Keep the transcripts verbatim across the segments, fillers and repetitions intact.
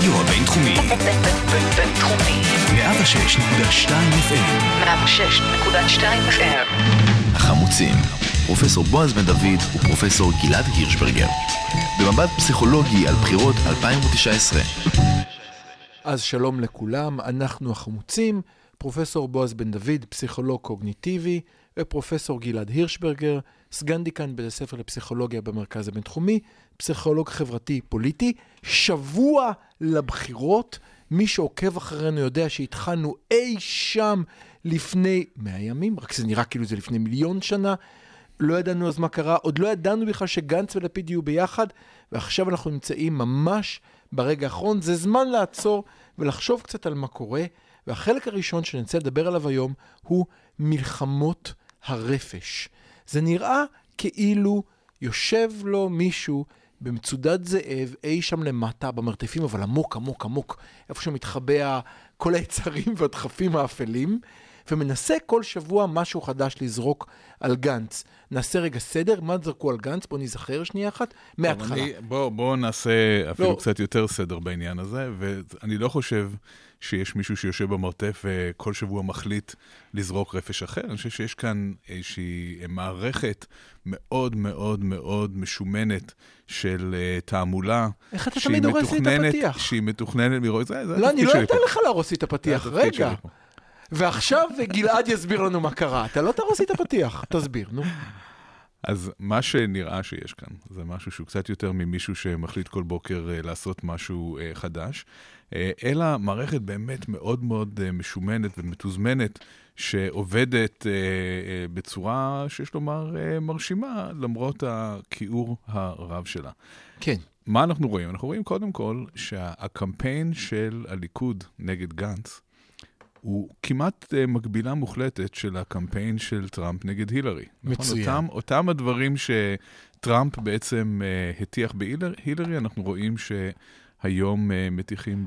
הרדיו הבינתחומי. בינתחומי. מאה ושש נקודה שתיים אף אם. מאה ושש נקודה שתיים אף אם. החמוצים. פרופסור בועז בן דוד ופרופסור גלעד הירשברגר. במבט פסיכולוגי על בחירות אלפיים תשע עשרה. אז שלום לכולם, אנחנו החמוצים, פרופסור בועז בן דוד, פסיכולוג קוגניטיבי, ופרופסור גלעד הירשברגר, סגן דיקן בית הספר לפסיכולוגיה במרכז הבינתחומי, פסיכולוג חברתי פוליטי. שבוע לבחירות, מי שעוקב אחרינו יודע שהתחלנו אי שם לפני מאה ימים, רק זה נראה כאילו זה לפני מיליון שנה, לא ידענו אז מה קרה, עוד לא ידענו בכלל שגנץ ולפיד יהיו ביחד, ועכשיו אנחנו נמצאים ממש ברגע האחרון. זה זמן לעצור ולחשוב קצת על מה קורה, והחלק הראשון שנצא לדבר עליו היום הוא מלחמות הרפש. זה נראה כאילו יושב לו מישהו במצודת זאב אי שם למטה במרתפים, אבל עמוק עמוק עמוק, איפה שמתחבא כל היצרים והדחפים האפלים, ומנסה כל שבוע משהו חדש לזרוק על גנץ. נעשה רגע סדר, מה זרקו על גנץ? בוא נזכר שנייה אחת, מההתחלה. בוא, בוא נעשה אפילו לא. קצת יותר סדר בעניין הזה, ואני לא חושב שיש מישהו שיושב במרתף וכל שבוע מחליט לזרוק רפש אחר. אני חושב שיש כאן איזושהי מערכת מאוד מאוד מאוד משומנת של תעמולה. איך אתה תמיד הורס לי את הפתיח? שהיא מתוכננת מראות, זה, זה לא, אני לא אתן לך להרוס לי את הפתיח, רגע. ועכשיו גלעד יסביר לנו מה קרה. אתה לא תרוס לי את הפתיח, תסביר, נו. אז מה שנראה שיש כאן, זה משהו שהוא קצת יותר ממישהו שמחליט כל בוקר לעשות משהו חדש, אלא מערכת באמת מאוד מאוד משומנת ומתוזמנת, שעובדת בצורה שיש לומר מרשימה, למרות הכיעור הרב שלה. כן. מה אנחנו רואים? אנחנו רואים קודם כל שהקמפיין של הליכוד נגד גנץ, הוא כמעט uh, מקבילה מוחלטת של הקמפיין של טראמפ נגד הילרי. מצוין. נכון? אותם, אותם הדברים שטראמפ בעצם uh, הטיח בהילרי, אנחנו רואים שהיום uh, מתיחים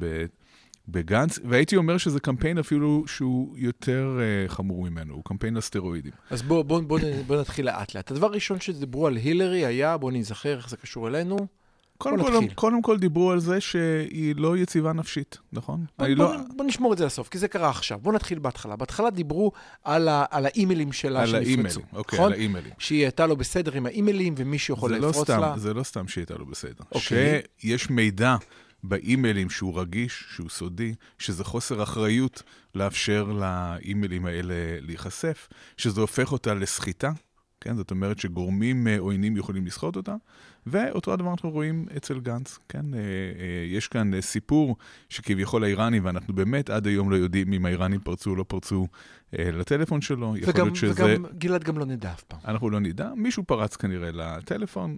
בגנץ, והייתי אומר שזה קמפיין אפילו שהוא יותר uh, חמור ממנו, הוא קמפיין לסטרואידים. אז בוא, בוא, בוא, בוא נתחיל לאט לאט. הדבר הראשון שדיברו על הילרי היה, בוא נזכר איך זה קשור אלינו, קודם כל, קודם כל דיברו על זה שהיא לא יציבה נפשית, נכון? בוא, בוא, לא... בוא נשמור את זה לסוף, כי זה קרה עכשיו. בוא נתחיל בהתחלה. בהתחלה דיברו על, ה, על האימיילים שלה על שנפרצו. האימיילים, אוקיי, נכון? על האימיילים. שהיא הייתה לו בסדר עם האימיילים, ומישהו יכול לא לפרוץ סתם, לה. זה לא סתם שהיא הייתה לו בסדר. אוקיי. שיש מידע באימיילים שהוא רגיש, שהוא סודי, שזה חוסר אחריות לאפשר לאימיילים האלה להיחשף, שזה הופך אותה לסחיטה, כן? זאת אומרת שגורמים עוינים יכולים לסחוט אותה, ואותו הדבר אנחנו רואים אצל גנץ, כן? יש כאן סיפור שכביכול האיראנים, ואנחנו באמת עד היום לא יודעים אם האיראנים פרצו או לא פרצו לטלפון שלו. וגם, שזה... וגם גלעד גם לא נדע אף פעם. אנחנו לא נדע. מישהו פרץ כנראה לטלפון,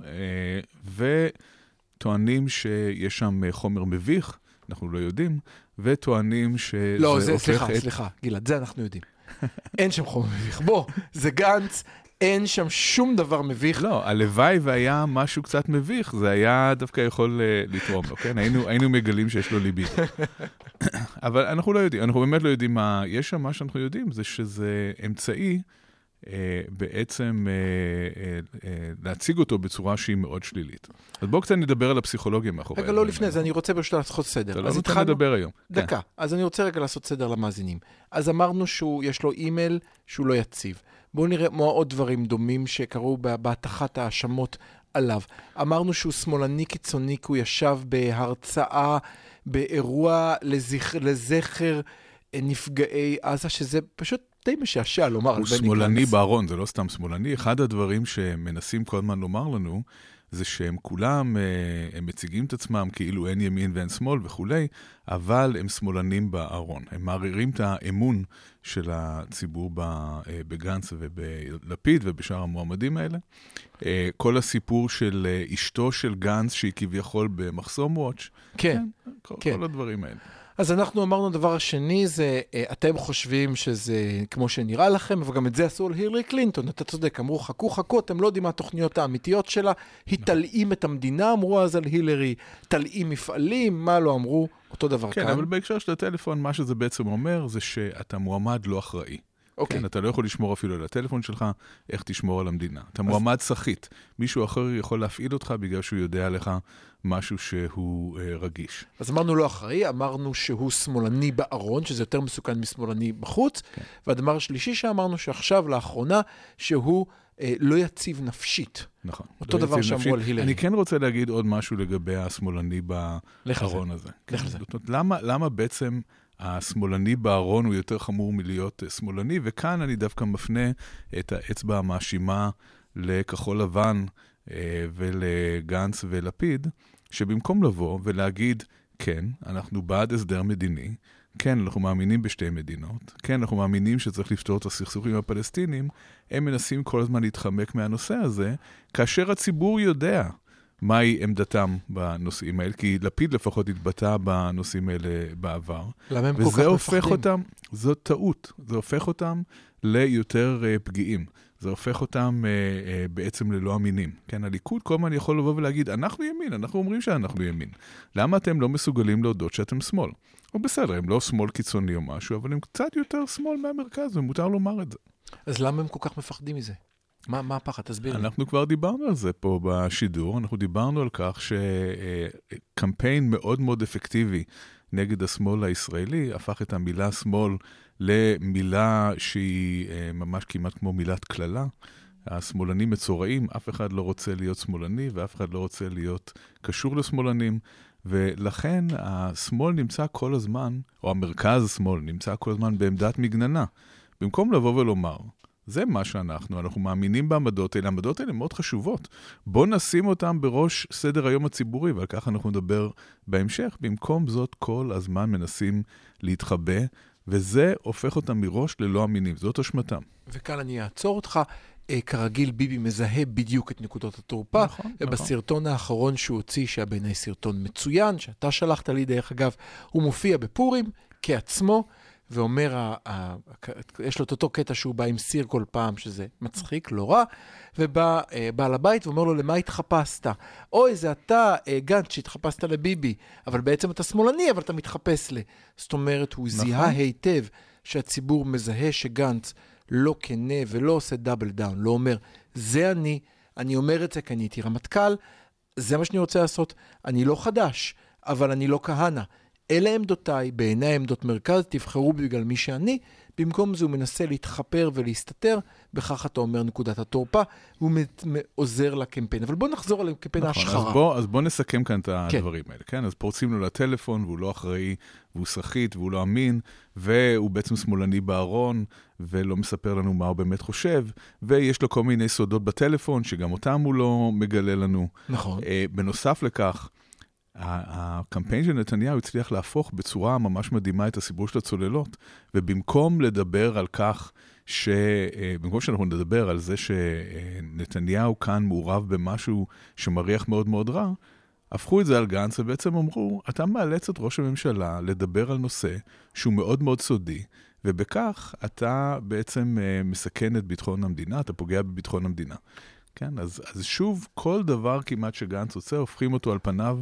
וטוענים שיש שם חומר מביך, אנחנו לא יודעים, וטוענים שזה לא, זה, הופך סליחה, את... סליחה, גלעד, זה אנחנו יודעים. אין שם חומר מביך. בוא, זה גנץ, אין שם שום דבר מביך. לא, הלוואי והיה משהו קצת מביך, זה היה דווקא יכול uh, לתרום לו, כן? היינו, היינו מגלים שיש לו ליבידו. אבל אנחנו לא יודעים, אנחנו באמת לא יודעים מה, יש שם מה שאנחנו יודעים, זה שזה אמצעי uh, בעצם uh, uh, uh, להציג אותו בצורה שהיא מאוד שלילית. אז בואו קצת נדבר על הפסיכולוגיה מאחורי. רגע, לא לפני זה, אני רוצה ברשת לעשות סדר. אתה לא נותן לדבר היום. דקה, אז אני רוצה רגע לעשות סדר למאזינים. אז אמרנו שיש לו אימייל שהוא לא יציב. בואו נראה מה עוד דברים דומים שקרו בהתחת האשמות עליו. אמרנו שהוא שמאלני קיצוני, כי הוא ישב בהרצאה, באירוע לזכר, לזכר נפגעי עזה, שזה פשוט די משעשע לומר על בני גנץ. הוא שמאלני בארון, זה לא סתם שמאלני. אחד הדברים שמנסים כל הזמן לומר לנו, זה שהם כולם, הם מציגים את עצמם כאילו אין ימין ואין שמאל וכולי, אבל הם שמאלנים בארון. הם מערירים את האמון של הציבור בגנץ ובלפיד ובשאר המועמדים האלה. כל הסיפור של אשתו של גנץ, שהיא כביכול במחסום וואץ'. כן, כל, כן. כל הדברים האלה. אז אנחנו אמרנו, הדבר השני זה, אתם חושבים שזה כמו שנראה לכם, אבל גם את זה עשו על הילרי קלינטון, אתה צודק, אמרו חכו חכו, אתם לא יודעים מה התוכניות האמיתיות שלה, היא תלאים את המדינה, אמרו אז על הילרי, תלאים מפעלים, מה לא אמרו, אותו דבר כן, כאן. כן, אבל בהקשר של הטלפון, מה שזה בעצם אומר, זה שאתה מועמד לא אחראי. אוקיי. כן, אתה לא יכול לשמור אפילו על הטלפון שלך, איך תשמור על המדינה. אתה מועמד שחית. מישהו אחר יכול להפעיל אותך בגלל שהוא יודע לך משהו שהוא אה, רגיש. אז אמרנו לא אחראי, אמרנו שהוא שמאלני בארון, שזה יותר מסוכן משמאלני בחוץ, כן. והדבר השלישי שאמרנו שעכשיו, לאחרונה, שהוא אה, לא יציב נפשית. נכון. אותו לא דבר שאמרו על הילרי. אני כן רוצה להגיד עוד משהו לגבי השמאלני בארון הזה. לך לזה. כן. למה, למה בעצם השמאלני בארון הוא יותר חמור מלהיות שמאלני, וכאן אני דווקא מפנה את האצבע המאשימה לכחול לבן ולגנץ ולפיד, שבמקום לבוא ולהגיד, כן, אנחנו בעד הסדר מדיני, כן, אנחנו מאמינים בשתי מדינות, כן, אנחנו מאמינים שצריך לפתור את הסכסוך עם הפלסטינים, הם מנסים כל הזמן להתחמק מהנושא הזה, כאשר הציבור יודע מהי עמדתם בנושאים האלה, כי לפיד לפחות התבטא בנושאים האלה בעבר. למה הם כל כך וזה הופך מפחדים? אותם, זו טעות, זה הופך אותם ליותר uh, פגיעים. זה הופך אותם uh, uh, בעצם ללא אמינים. כן, הליכוד כל הזמן יכול לבוא ולהגיד, אנחנו ימין, אנחנו אומרים שאנחנו ימין. למה אתם לא מסוגלים להודות שאתם שמאל? או בסדר, הם לא שמאל קיצוני או משהו, אבל הם קצת יותר שמאל מהמרכז, ומותר לומר את זה. אז למה הם כל כך מפחדים מזה? מה, מה הפחד? תסביר. אנחנו כבר דיברנו על זה פה בשידור, אנחנו דיברנו על כך שקמפיין מאוד מאוד אפקטיבי נגד השמאל הישראלי, הפך את המילה שמאל למילה שהיא ממש כמעט כמו מילת כללה. השמאלנים מצורעים, אף אחד לא רוצה להיות שמאלני, ואף אחד לא רוצה להיות קשור לשמאלנים, ולכן השמאל נמצא כל הזמן, או המרכז השמאל נמצא כל הזמן בעמדת מגננה. במקום לבוא ולומר, זה מה שאנחנו, אנחנו מאמינים בעמדות האלה, העמדות האלה מאוד חשובות. בואו נשים אותם בראש סדר היום הציבורי, ועל כך אנחנו נדבר בהמשך. במקום זאת כל הזמן מנסים להתחבא, וזה הופך אותם מראש ללא אמינים, זאת אשמתם. וכאן אני אעצור אותך. כרגיל ביבי מזהה בדיוק את נקודות התורפה, נכון, ובסרטון נכון. האחרון שהוא הוציא, שהיה בעיניי סרטון מצוין, שאתה שלחת לי דרך אגב, הוא מופיע בפורים כעצמו, ואומר, ה- ה- יש לו את אותו קטע שהוא בא עם סיר כל פעם, שזה מצחיק, לא רע, ובא בא לבית ואומר לו, למה התחפשת? אוי, זה אתה, גנץ, שהתחפשת לביבי, אבל בעצם אתה שמאלני, אבל אתה מתחפש ל... זאת אומרת, הוא נכון. זיהה היטב שהציבור מזהה שגנץ לא כנה ולא עושה דאבל דאון, לא אומר, זה אני, אני אומר את זה כי אני הייתי רמטכ"ל, זה מה שאני רוצה לעשות, אני לא חדש, אבל אני לא כהנה. אלה עמדותיי, בעיניי עמדות מרכז, תבחרו בגלל מי שאני, במקום זה הוא מנסה להתחפר ולהסתתר, בכך אתה אומר נקודת התורפה, והוא עוזר לקמפיין. אבל בוא נחזור על קמפיין נכון, ההשחרה. אז בוא, אז בוא נסכם כאן את כן. הדברים האלה, כן? אז פורצים לו לטלפון, והוא לא אחראי, והוא שחית, והוא לא אמין, והוא בעצם שמאלני בארון, ולא מספר לנו מה הוא באמת חושב, ויש לו כל מיני סודות בטלפון, שגם אותם הוא לא מגלה לנו. נכון. אה, בנוסף לכך, הקמפיין של נתניהו הצליח להפוך בצורה ממש מדהימה את הסיפור של הצוללות, ובמקום לדבר על כך, ש... במקום שאנחנו נדבר על זה שנתניהו כאן מעורב במשהו שמריח מאוד מאוד רע, הפכו את זה על גנץ ובעצם אמרו, אתה מאלץ את ראש הממשלה לדבר על נושא שהוא מאוד מאוד סודי, ובכך אתה בעצם מסכן את ביטחון המדינה, אתה פוגע בביטחון המדינה. כן, אז, אז שוב, כל דבר כמעט שגנץ עושה, הופכים אותו על פניו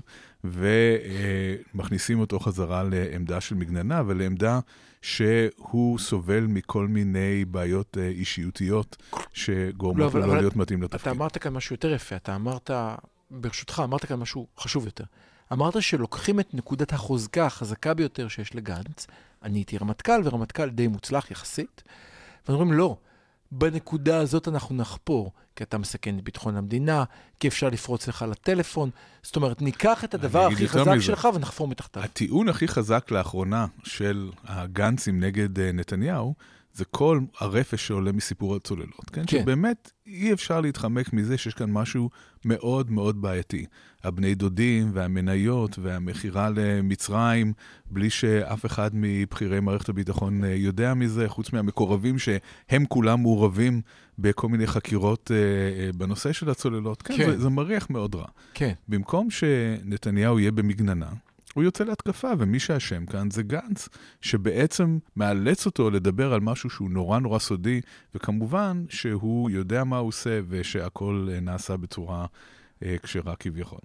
ומכניסים אותו חזרה לעמדה של מגננה, ולעמדה שהוא סובל מכל מיני בעיות אישיותיות שגורמות לו לא להיות מתאים לתפקיד. אתה אמרת כאן משהו יותר יפה, אתה אמרת, ברשותך, אמרת כאן משהו חשוב יותר. אמרת שלוקחים את נקודת החוזקה החזקה ביותר שיש לגנץ, אני הייתי רמטכ"ל, ורמטכ"ל די מוצלח יחסית, ואומרים לא, בנקודה הזאת אנחנו נחפור, כי אתה מסכן את ביטחון המדינה, כי אפשר לפרוץ לך לטלפון. זאת אומרת, ניקח את הדבר הכי חזק שלך ונחפור מתחתיו. הטיעון הכי חזק לאחרונה של הגנצים נגד נתניהו, זה כל הרפש שעולה מסיפור הצוללות. כן? כן. שבאמת אי אפשר להתחמק מזה שיש כאן משהו מאוד מאוד בעייתי. הבני דודים והמניות והמחירה למצרים, בלי שאף אחד מבחירי מערכת הביטחון יודע מזה, חוץ מהמקורבים שהם כולם מעורבים בכל מיני חקירות בנושא של הצוללות. כן, כן. זה, זה מריח מאוד רע. כן. במקום שנתניהו יהיה במגננה, הוא יוצא להתקפה, ומי שהשם כאן זה גנץ, שבעצם מאלץ אותו לדבר על משהו שהוא נורא נורא סודי, וכמובן שהוא יודע מה הוא עושה, ושהכל נעשה בצורה אה, כשרה כביכול.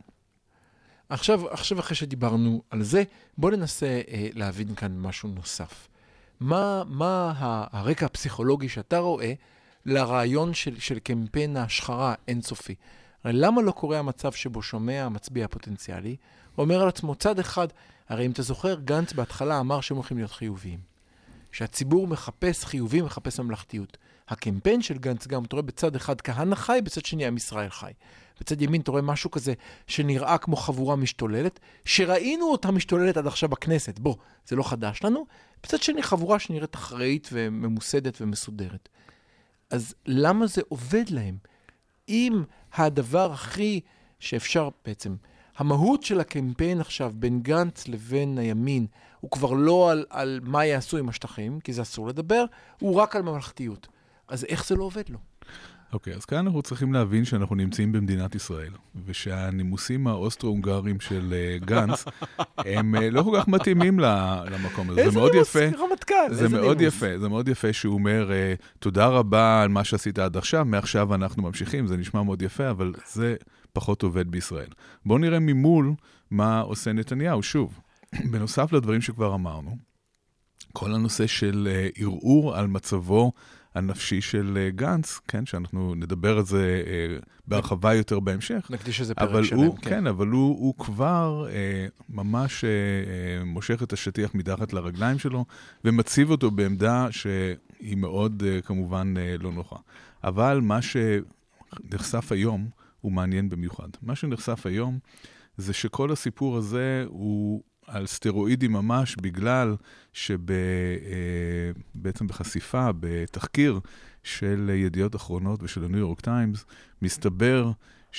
עכשיו, עכשיו אחרי שדיברנו על זה, בוא ננסה אה, להבין כאן משהו נוסף. מה, מה הרקע הפסיכולוגי שאתה רואה לרעיון של, של קמפיין ההשחרה אינסופי? הרי למה לא קורה המצב שבו שומע המצביע הפוטנציאלי, אומר על עצמו צד אחד, הרי אם אתה זוכר, גנץ בהתחלה אמר שהם הולכים להיות חיוביים. שהציבור מחפש חיובים, מחפש ממלכתיות. הקמפיין של גנץ גם, אתה רואה בצד אחד כהנא חי, בצד שני עם ישראל חי. בצד ימין אתה רואה משהו כזה שנראה כמו חבורה משתוללת, שראינו אותה משתוללת עד עכשיו בכנסת. בוא, זה לא חדש לנו. בצד שני חבורה שנראית אחראית וממוסדת ומסודרת. אז למה זה עובד להם? אם הדבר הכי שאפשר בעצם, המהות של הקמפיין עכשיו בין גנץ לבין הימין, הוא כבר לא על, על מה יעשו עם השטחים, כי זה אסור לדבר, הוא רק על ממלכתיות. אז איך זה לא עובד לו? אוקיי, okay, אז כאן אנחנו צריכים להבין שאנחנו נמצאים במדינת ישראל, ושהנימוסים האוסטרו-הונגריים של uh, גנץ, הם uh, לא כל כך מתאימים למקום הזה. איזה נימוס, רמטכ"ל, זה מאוד יפה, זה מאוד יפה שהוא אומר, uh, תודה רבה על מה שעשית עד עכשיו, מעכשיו אנחנו ממשיכים, זה נשמע מאוד יפה, אבל זה פחות עובד בישראל. בואו נראה ממול מה עושה נתניהו. שוב, בנוסף לדברים שכבר אמרנו, כל הנושא של uh, ערעור על מצבו הנפשי של גנץ, כן, שאנחנו נדבר על זה אה, בהרחבה יותר בהמשך. נקדיש איזה פרק שלם, הוא, כן. כן, אבל הוא, הוא כבר אה, ממש אה, אה, מושך את השטיח מתחת לרגליים שלו, ומציב אותו בעמדה שהיא מאוד אה, כמובן אה, לא נוחה. אבל מה שנחשף היום הוא מעניין במיוחד. מה שנחשף היום זה שכל הסיפור הזה הוא על סטרואידים ממש, בגלל שבעצם בחשיפה, בתחקיר של ידיעות אחרונות ושל הניו יורק טיימס, מסתבר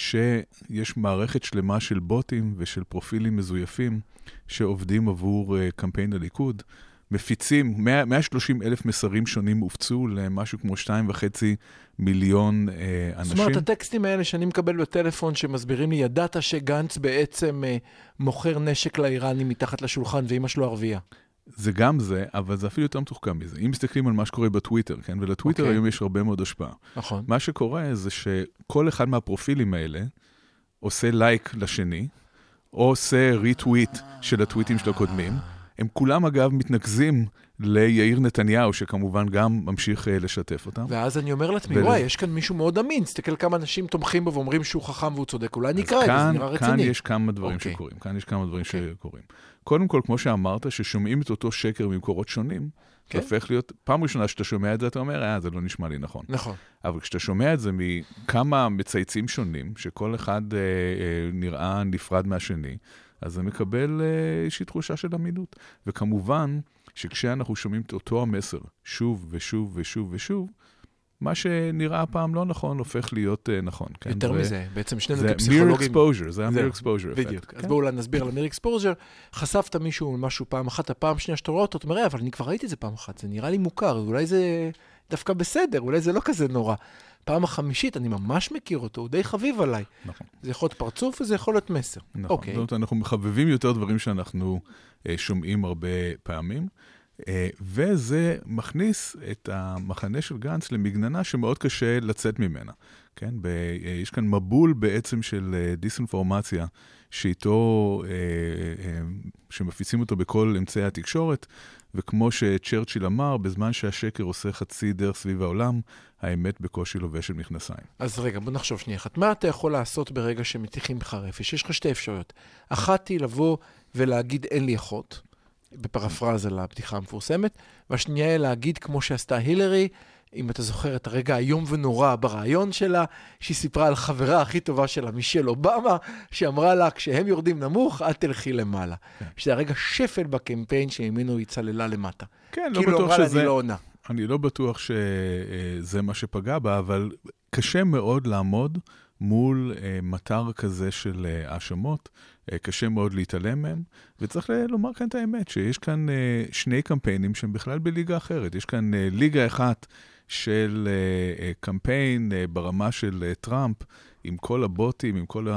שיש מערכת שלמה של בוטים ושל פרופילים מזויפים שעובדים עבור קמפיין הליכוד, מפיצים, מאה ושלושים אלף מסרים שונים הופצו למשהו כמו שתיים וחצי מיליון אה, אנשים. זאת אומרת, הטקסטים האלה שאני מקבל בטלפון שמסבירים לי, ידעת שגנץ בעצם אה, מוכר נשק לאיראנים מתחת לשולחן ואמא שלו ערבייה. זה גם זה, אבל זה אפילו יותר מתוחכם מזה. אם מסתכלים על מה שקורה בטוויטר, כן? ולטוויטר okay. היום יש הרבה מאוד השפעה. נכון. מה שקורה זה שכל אחד מהפרופילים האלה עושה לייק לשני, או עושה ריטוויט של הטוויטים של הקודמים, הם כולם אגב מתנקזים ליאיר נתניהו, שכמובן גם ממשיך uh, לשתף אותם. ואז אני אומר לעצמי, ול... וואי, יש כאן מישהו מאוד אמין, תסתכל כמה אנשים תומכים בו ואומרים שהוא חכם והוא צודק, אולי נקרא את זה, זה נראה רציני. כאן יש כמה דברים okay. שקורים, כאן יש כמה דברים okay. שקורים. קודם כל, כמו שאמרת, ששומעים את אותו שקר ממקורות שונים, okay. זה הופך להיות, פעם ראשונה שאתה שומע את זה, אתה אומר, אה, זה לא נשמע לי נכון. נכון. אבל כשאתה שומע את זה מכמה מצייצים שונים, שכל אחד אה, אה, נראה נפרד מהשני, אז זה מקבל איזושהי תחושה של אמינות. וכמובן, שכשאנחנו שומעים את אותו המסר שוב ושוב ושוב ושוב, מה שנראה הפעם לא נכון, הופך להיות נכון. יותר כן? מזה, בעצם שנינו זה כפסיכולוגים. mere exposure, זה ה-mere exposure. בדיוק. אז בואו נסביר על ה-mere exposure. חשפת מישהו משהו פעם אחת, הפעם שנייה שאתה רואה אותו, אתה אומר, אבל אני כבר ראיתי את זה פעם אחת, זה נראה לי מוכר, אולי זה דווקא בסדר, אולי זה לא כזה נורא. פעם החמישית, אני ממש מכיר אותו, הוא די חביב עליי. נכון. זה יכול להיות פרצוף וזה יכול להיות מסר. נכון. Okay. זאת אומרת, אנחנו מחבבים יותר דברים שאנחנו אה, שומעים הרבה פעמים, אה, וזה מכניס את המחנה של גנץ למגננה שמאוד קשה לצאת ממנה. כן? ב, אה, יש כאן מבול בעצם של אה, דיסאינפורמציה, שאיתו, אה, אה, שמפיצים אותו בכל אמצעי התקשורת, וכמו שצ'רצ'יל אמר, בזמן שהשקר עושה חצי דרך סביב העולם, האמת בקושי לובש של מכנסיים. אז רגע, בוא נחשוב שנייה אחת. מה אתה יכול לעשות ברגע שמטיחים בך רפש? יש לך שתי אפשרויות. אחת היא לבוא ולהגיד אין לי אחות, בפרפרזה לפתיחה המפורסמת, והשנייה היא להגיד כמו שעשתה הילרי, אם אתה זוכר את הרגע היום ונורא ברעיון שלה, שהיא סיפרה על חברה הכי טובה שלה, מישל אובמה, שאמרה לה, כשהם יורדים נמוך, את תלכי למעלה. כן. שזה הרגע שפל בקמפיין שממנו היא צללה למטה. כן, לא בטוח שזה... אני לא עונה. אני לא בטוח שזה מה שפגע בה, אבל קשה מאוד לעמוד מול מטר כזה של האשמות, קשה מאוד להתעלם מהם, וצריך לומר כאן את האמת, שיש כאן שני קמפיינים שהם בכלל בליגה אחרת. יש כאן ליגה אחת של קמפיין ברמה של טראמפ, עם כל הבוטים, עם כל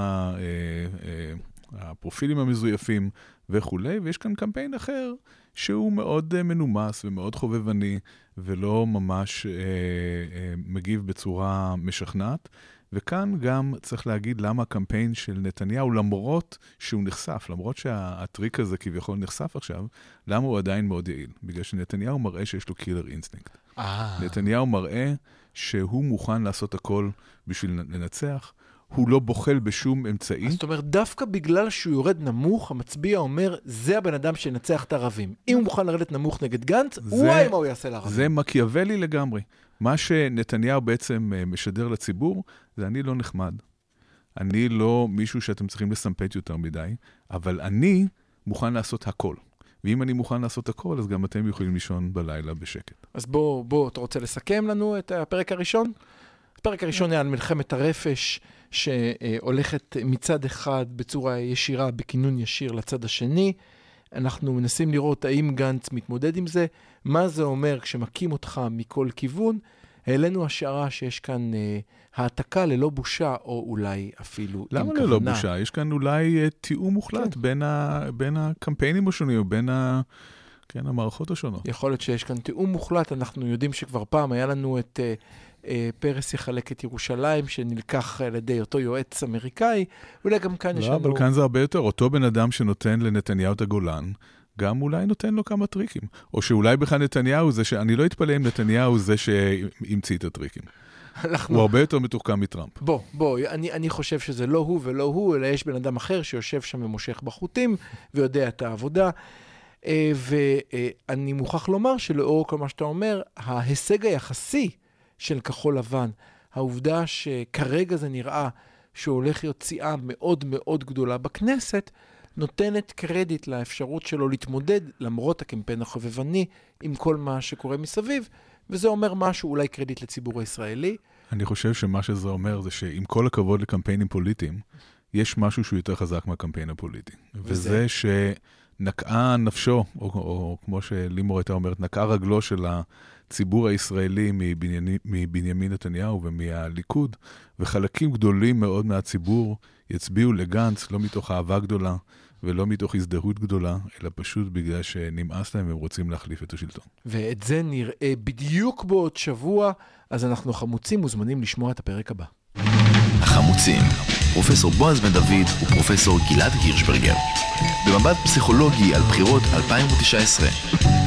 הפרופילים המזויפים וכו', ויש כאן קמפיין אחר שהוא מאוד מנומס ומאוד חובבני, ולא ממש מגיב בצורה משכנעת. וכאן גם צריך להגיד למה הקמפיין של נתניהו, למרות שהוא נחשף, למרות שהטריק הזה כביכול נחשף עכשיו, למה הוא עדיין מאוד יעיל? בגלל שנתניהו מראה שיש לו קילר אינסטינקט. נתניהו מראה שהוא מוכן לעשות הכל בשביל לנצח, הוא לא בוחל בשום אמצעי. זאת אומרת, דווקא בגלל שהוא יורד נמוך, המצביע אומר, זה הבן אדם שנצח את הערבים. אם הוא מוכן לרדת נמוך נגד גנץ, וואי מה הוא יעשה לערבים. זה מקיאוולי לגמרי. מה שנתניהו בעצם משדר לציבור, זה אני לא נחמד. אני לא מישהו שאתם צריכים לסמפט יותר מדי, אבל אני מוכן לעשות הכל. ואם אני מוכן לעשות הכל, אז גם אתם יכולים לישון בלילה בשקט. אז בוא, בוא, אתה רוצה לסכם לנו את הפרק הראשון? הפרק הראשון היה על מלחמת הרפש, שהולכת מצד אחד בצורה ישירה, בכינון ישיר לצד השני. אנחנו מנסים לראות האם גנץ מתמודד עם זה, מה זה אומר כשמקים אותך מכל כיוון. העלינו השערה שיש כאן אה, העתקה ללא בושה, או אולי אפילו עם כוונה. למה ללא בושה? יש כאן אולי תיאום מוחלט כן. בין, ה, בין הקמפיינים השונים, או בין ה, כן, המערכות השונות. יכול להיות שיש כאן תיאום מוחלט, אנחנו יודעים שכבר פעם היה לנו את... אה, פרס יחלק את ירושלים, שנלקח על ידי אותו יועץ אמריקאי, אולי גם כאן יש לנו... לא, אבל כאן זה הרבה יותר. אותו בן אדם שנותן לנתניהו את הגולן, גם אולי נותן לו כמה טריקים. או שאולי בכלל נתניהו זה ש... אני לא אתפלא אם נתניהו זה שהמציא את הטריקים. הוא הרבה יותר מתוחכם מטראמפ. בוא, בוא, אני, אני חושב שזה לא הוא ולא הוא, אלא יש בן אדם אחר שיושב שם ומושך בחוטים, ויודע את העבודה. ואני מוכרח לומר שלאור כל מה שאתה אומר, ההישג היחסי של כחול לבן, העובדה שכרגע זה נראה שהולך יוציאה מאוד מאוד גדולה בכנסת, נותנת קרדיט לאפשרות שלו להתמודד, למרות הקמפיין החובבני, עם כל מה שקורה מסביב, וזה אומר משהו, אולי קרדיט לציבור הישראלי. אני חושב שמה שזה אומר זה שעם כל הכבוד לקמפיינים פוליטיים, יש משהו שהוא יותר חזק מהקמפיין הפוליטי. וזה, וזה שנקעה נפשו, או, או כמו שלימור הייתה אומרת, נקעה רגלו של הציבור הישראלי מבנייני, מבנימין נתניהו ומהליכוד, וחלקים גדולים מאוד מהציבור יצביעו לגנץ, לא מתוך אהבה גדולה, ולא מתוך הזדהות גדולה, אלא פשוט בגלל שנמאס להם והם רוצים להחליף את השלטון. ואת זה נראה בדיוק בעוד שבוע, אז אנחנו חמוצים מוזמנים לשמוע את הפרק הבא. החמוצים, פרופסור בועז בן דוד ופרופסור גלעד הירשברגר. במבט פסיכולוגי על בחירות אלפיים תשע עשרה.